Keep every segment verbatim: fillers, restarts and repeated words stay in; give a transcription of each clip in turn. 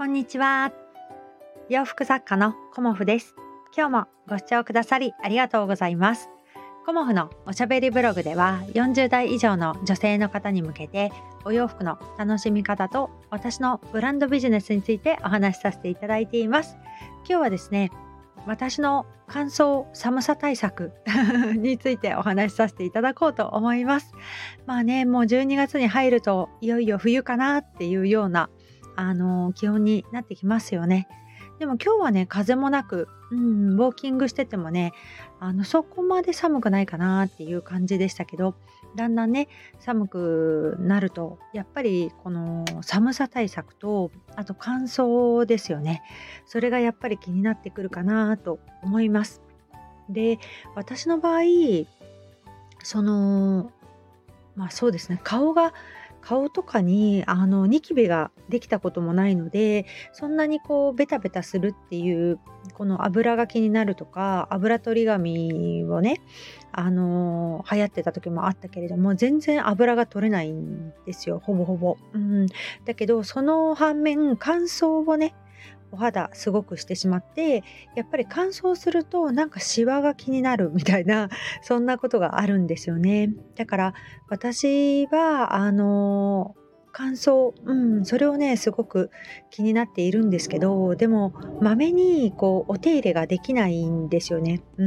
こんにちは。洋服作家のコモフです。今日もご視聴くださりありがとうございます。コモフのおしゃべりブログではよんじゅう代以上の女性の方に向けてお洋服の楽しみ方と私のブランドビジネスについてお話しさせていただいています。今日はですね、私の乾燥寒さ対策についてお話しさせていただこうと思います。まあね、もうじゅうにがつに入るといよいよ冬かなっていうようなあの気温になってきますよね。でも今日はね、風もなく、うん、ウォーキングしててもね、あのそこまで寒くないかなっていう感じでしたけど、だんだんね寒くなるとやっぱりこの寒さ対策とあと乾燥ですよね。それがやっぱり気になってくるかなと思います。で、私の場合、そのまあそうですね、顔が顔とかにあのニキビができたこともないので、そんなにこうベタベタするっていうこの油が気になるとか、油取り紙をね、あの流行ってた時もあったけれども、全然油が取れないんですよ、ほぼほぼ。うん、だけどその反面乾燥をね、お肌すごくしてしまって、やっぱり乾燥するとなんかシワが気になるみたいなそんなことがあるんですよね。だから私はあの乾燥、うん、それをねすごく気になっているんですけど、でもまめにこうお手入れができないんですよね。うん、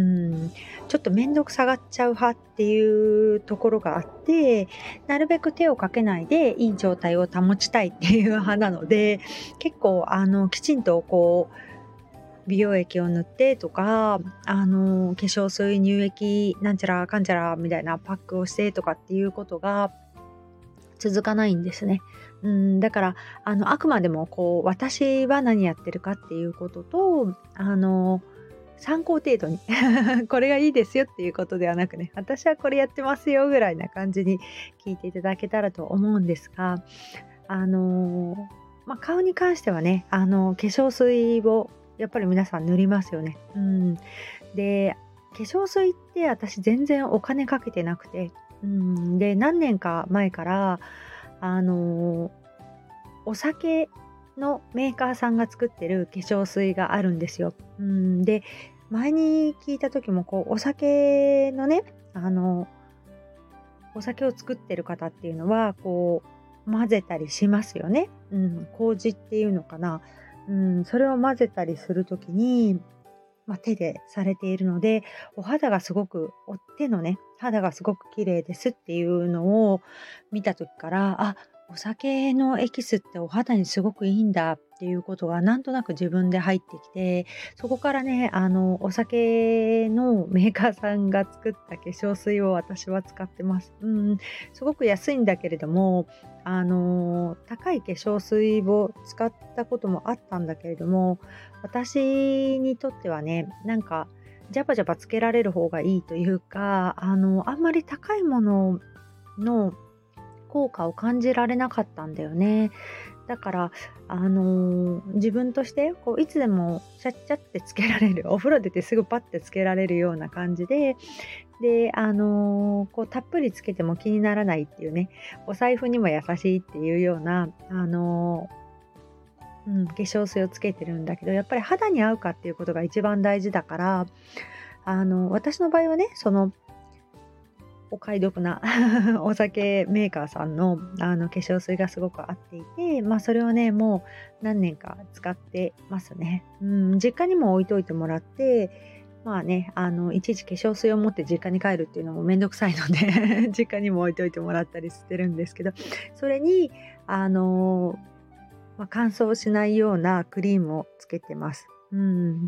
ちょっと面倒くさがっちゃう派っていうところがあって、なるべく手をかけないでいい状態を保ちたいっていう派なので、結構あのきちんとこう美容液を塗ってとか、あの化粧水、乳液なんちゃらかんちゃらみたいなパックをしてとかっていうことが続かないんですね。うん、だからあのあくまでもこう私は何やってるかっていうことと、あの参考程度にこれがいいですよっていうことではなくね、私はこれやってますよぐらいな感じに聞いていただけたらと思うんですが、あのまあ、顔に関してはね、あの化粧水をやっぱり皆さん塗りますよね。うん、で、化粧水って私全然お金かけてなくて、うん、で何年か前からあのお酒のメーカーさんが作ってる化粧水があるんですよ。うん、で、前に聞いた時もこうお酒のね、あのお酒を作ってる方っていうのはこう混ぜたりしますよね。うん、麹っていうのかな。うん、それを混ぜたりするときに、まあ、手でされているので、お肌がすごく、お手のね、肌がすごく綺麗ですっていうのを見た時から、あ、お酒のエキスってお肌にすごくいいんだっていうことがなんとなく自分で入ってきて、そこからね、あの、お酒のメーカーさんが作った化粧水を私は使ってます。うん、すごく安いんだけれども、あの、高い化粧水を使ったこともあったんだけれども、私にとってはね、なんかジャバジャバつけられる方がいいというか、あの、あんまり高いものの効果を感じられなかったんだよね。だから、あの、自分としてこういつでもシャッチャってつけられる、お風呂出てすぐパッてつけられるような感じで、で、あの、こうたっぷりつけても気にならないっていうね、お財布にも優しいっていうような、あのうん、化粧水をつけてるんだけど、やっぱり肌に合うかっていうことが一番大事だから、あの、私の場合はね、その、お買い得なお酒メーカーさんの、あの、化粧水がすごく合っていて、まあ、それをね、もう何年か使ってますね。うん、実家にも置いといてもらって、まあね、あの、いちいち化粧水を持って実家に帰るっていうのもめんどくさいので実家にも置いといてもらったりしてるんですけど、それに、あのまあ、乾燥しないようなクリームをつけてます。うん。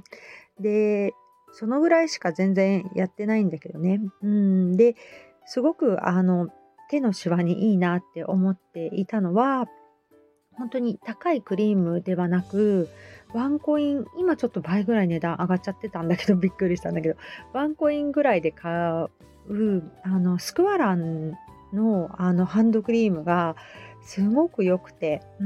で、そのぐらいしか全然やってないんだけどね。うん。で、すごくあの手のシワにいいなって思っていたのは、本当に高いクリームではなく、ワンコイン、今ちょっと倍ぐらい値段上がっちゃってたんだけど、びっくりしたんだけど、ワンコインぐらいで買う、あの、スクワランのあのハンドクリームがすごく良くて、うん、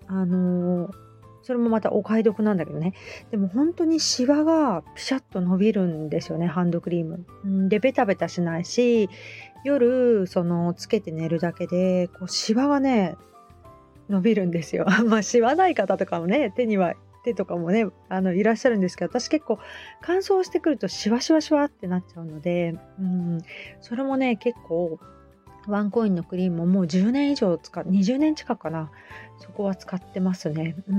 あの、それもまたお買い得なんだけどね。でも本当にシワがピシャッと伸びるんですよね、ハンドクリーム。うん、で、ベタベタしないし、夜、その、つけて寝るだけで、こう、シワがね、 伸びるんですよ。まあシワない方とかもね、手には手とかもねあのいらっしゃるんですけど、私結構乾燥してくるとシワシワシワってなっちゃうので、うん、それもね結構ワンコインのクリームももうじゅうねん以上使っにじゅうねん近くかな、そこは使ってますね。うん、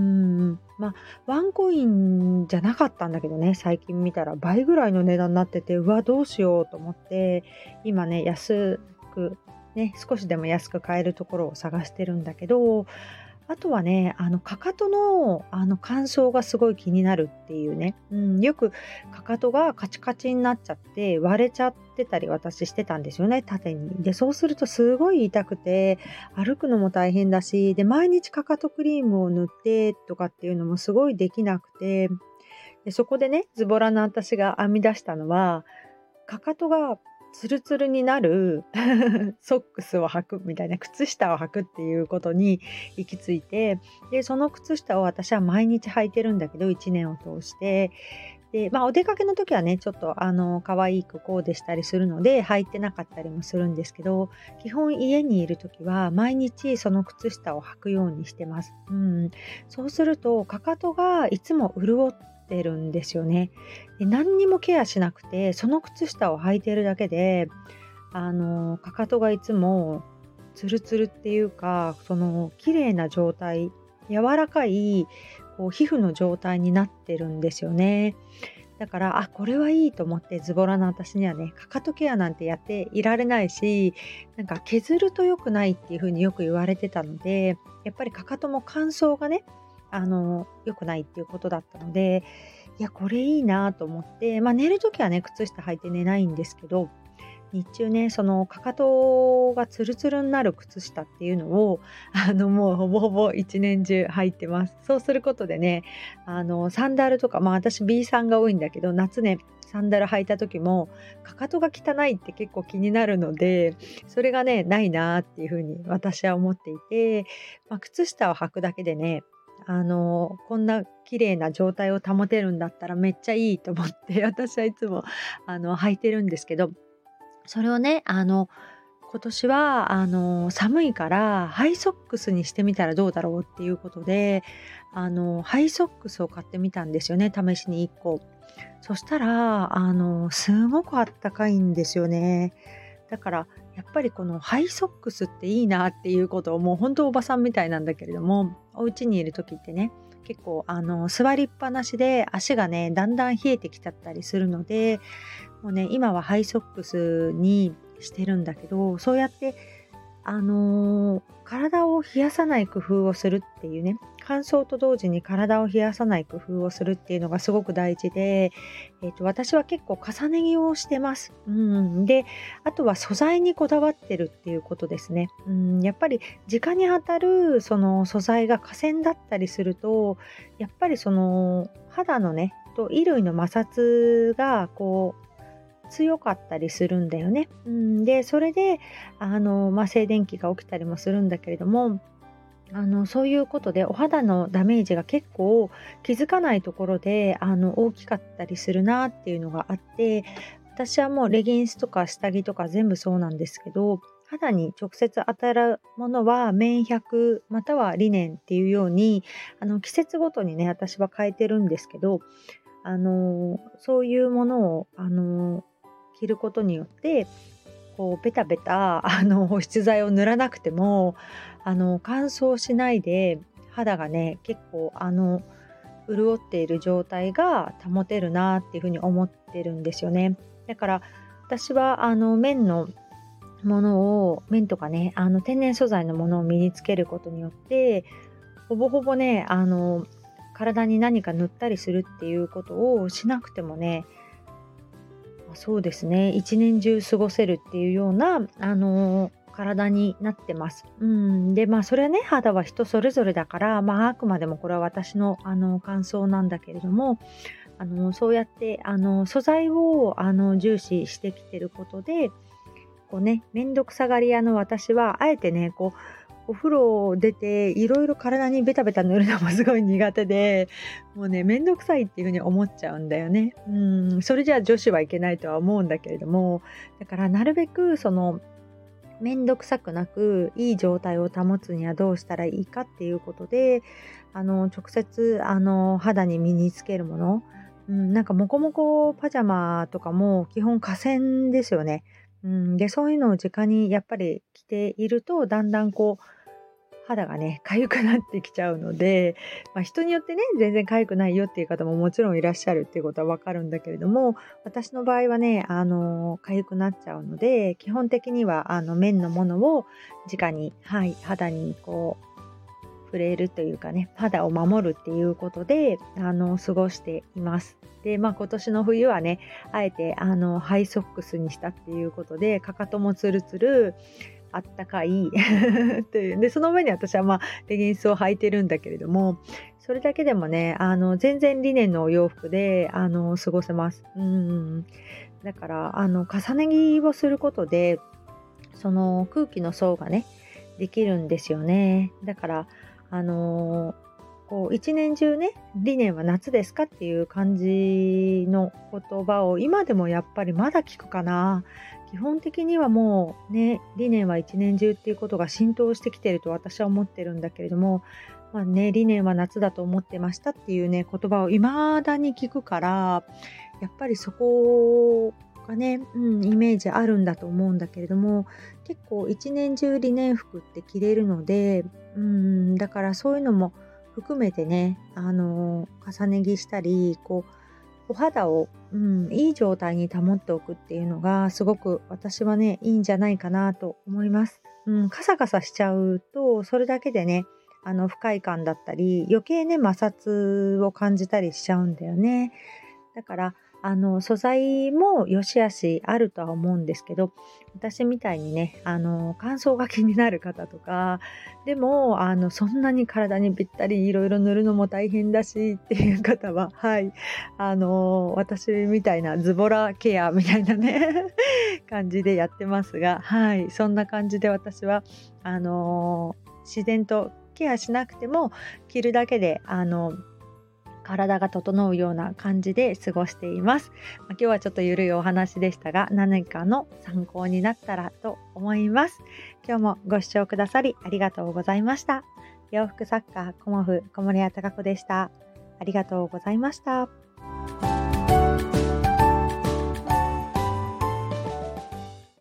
まあワンコインじゃなかったんだけどね、最近見たら倍ぐらいの値段になってて、うわどうしようと思って今ね安くね少しでも安く買えるところを探してるんだけど、あとはね、あのかかとのあの乾燥がすごい気になるっていうね、うん、よくかかとがカチカチになっちゃって割れちゃってたり私してたんですよね、縦に。でそうするとすごい痛くて歩くのも大変だし、で毎日かかとクリームを塗ってとかっていうのもすごいできなくて、でそこでねズボラな私が編み出したのは、かかとがツルツルになるソックスを履くみたいな、靴下を履くっていうことに行き着いて、でその靴下を私は毎日履いてるんだけどいちねんを通して、で、まあ、お出かけの時はねちょっとあの可愛くコーデしたりするので履いてなかったりもするんですけど、基本家にいる時は毎日その靴下を履くようにしてます。うん、そうするとかかとがいつも潤ってるんですよね。で何にもケアしなくてその靴下を履いてるだけで、あのかかとがいつもツルツルっていうか、その綺麗な状態、柔らかいこう皮膚の状態になってるんですよね。だからあこれはいいと思って、ズボラな私にはねかかとケアなんてやっていられないし、なんか削ると良くないっていう風によく言われてたので、やっぱりかかとも乾燥がねあの良くないっていうことだったので、いやこれいいなと思って、まあ寝るときはね靴下履いて寝ないんですけど、日中ねそのかかとがツルツルになる靴下っていうのをあのもうほぼほぼ一年中履いてます。そうすることでね、あのサンダルとか、まあ私 ビー さんが多いんだけど、夏ねサンダル履いた時もかかとが汚いって結構気になるので、それがねないなっていうふうに私は思っていて、まあ、靴下を履くだけでね、あのこんな綺麗な状態を保てるんだったらめっちゃいいと思って私はいつもあの履いてるんですけど、それをねあの今年はあの寒いからハイソックスにしてみたらどうだろうっていうことで、あのハイソックスを買ってみたんですよね、試しにいっこ。そしたらあのすごくあったかいんですよね。だからやっぱりこのハイソックスっていいなっていうことを、もう本当おばさんみたいなんだけれども、お家にいる時ってね結構あの座りっぱなしで足がねだんだん冷えてきちゃったりするので、もうね今はハイソックスにしてるんだけど、そうやってあのー体を冷やさない工夫をするっていうね、乾燥と同時に体を冷やさない工夫をするっていうのがすごく大事で、えーと、私は結構重ね着をしてます。うん、で、あとは素材にこだわってるっていうことですね。うん、やっぱり直に当たるその素材が化繊だったりすると、やっぱりその肌のね、と衣類の摩擦がこう強かったりするんだよね。うん、でそれであの、まあ、静電気が起きたりもするんだけれども、あのそういうことでお肌のダメージが結構気づかないところであの大きかったりするなっていうのがあって、私はもうレギンスとか下着とか全部そうなんですけど、肌に直接当たるものは綿ひゃくまたはリネンっていうように、あの季節ごとにね私は変えてるんですけど、あのそういうものをあの着ることによって、こうベタベタあの保湿剤を塗らなくてもあの乾燥しないで肌がね結構あの潤っている状態が保てるなっていうふうに思ってるんですよね。だから私はあの綿のものを綿とかねあの天然素材のものを身につけることによって、ほぼほぼねあの体に何か塗ったりするっていうことをしなくてもね、そうですね、一年中過ごせるっていうような、あのー体になってます。うん、で、まあそれはね、肌は人それぞれだから、まああくまでもこれは私の、あの感想なんだけれども、あのそうやってあの素材をあの重視してきてることで、こうね、めんどくさがり屋の私はあえてね、こうお風呂を出ていろいろ体にベタベタ塗るのもすごい苦手で、もうねめんどくさいっていう風に思っちゃうんだよね。うん、それじゃあ女子はいけないとは思うんだけれども、だからなるべくそのめんどくさくなくいい状態を保つにはどうしたらいいかっていうことで、あの直接あの肌に身につけるもの、うん、なんかモコモコパジャマとかも基本化繊ですよね。うん、でそういうのを直にやっぱり着ているとだんだんこう肌がね、痒くなってきちゃうので、まあ、人によってね、全然痒くないよっていう方ももちろんいらっしゃるっていうことはわかるんだけれども、私の場合はね、あの、痒くなっちゃうので、基本的にはあの綿のものを直に、はい、肌にこう触れるというかね、肌を守るっていうことで、あの、過ごしています。で、まあ今年の冬はね、あえてあのハイソックスにしたっていうことで、かかともツルツル、あったかいという。で、その上に私はまあレギンスを履いてるんだけれども、それだけでもね、あの全然リネンのお洋服であの過ごせます。うん。だからあの重ね着をすることで、その空気の層がねできるんですよね。だからあのこう一年中ね、リネンは夏ですかっていう感じの言葉を今でもやっぱりまだ聞くかな。基本的にはもうね、理念は一年中っていうことが浸透してきてると私は思ってるんだけれども、まあね、理念は夏だと思ってましたっていうね、言葉を未だに聞くから、やっぱりそこがね、うん、イメージあるんだと思うんだけれども、結構一年中リネン服って着れるので、うん、だからそういうのも含めてね、あの重ね着したり、こうお肌を、うん、いい状態に保っておくっていうのがすごく私はね、いいんじゃないかなと思います。うん、カサカサしちゃうと、それだけでね、あの不快感だったり、余計ね、摩擦を感じたりしちゃうんだよね。だから、あの、素材も良し悪しあるとは思うんですけど、私みたいにね、あの、乾燥が気になる方とか、でも、あの、そんなに体にぴったりいろいろ塗るのも大変だしっていう方は、はい、あの、私みたいなズボラケアみたいなね、感じでやってますが、はい、そんな感じで私は、あの、自然とケアしなくても、着るだけで、あの、体が整うような感じで過ごしています。まあ、今日はちょっとゆるいお話でしたが、何かの参考になったらと思います。今日もご視聴くださりありがとうございました。洋服作家コモフ小森屋隆子でした。ありがとうございました。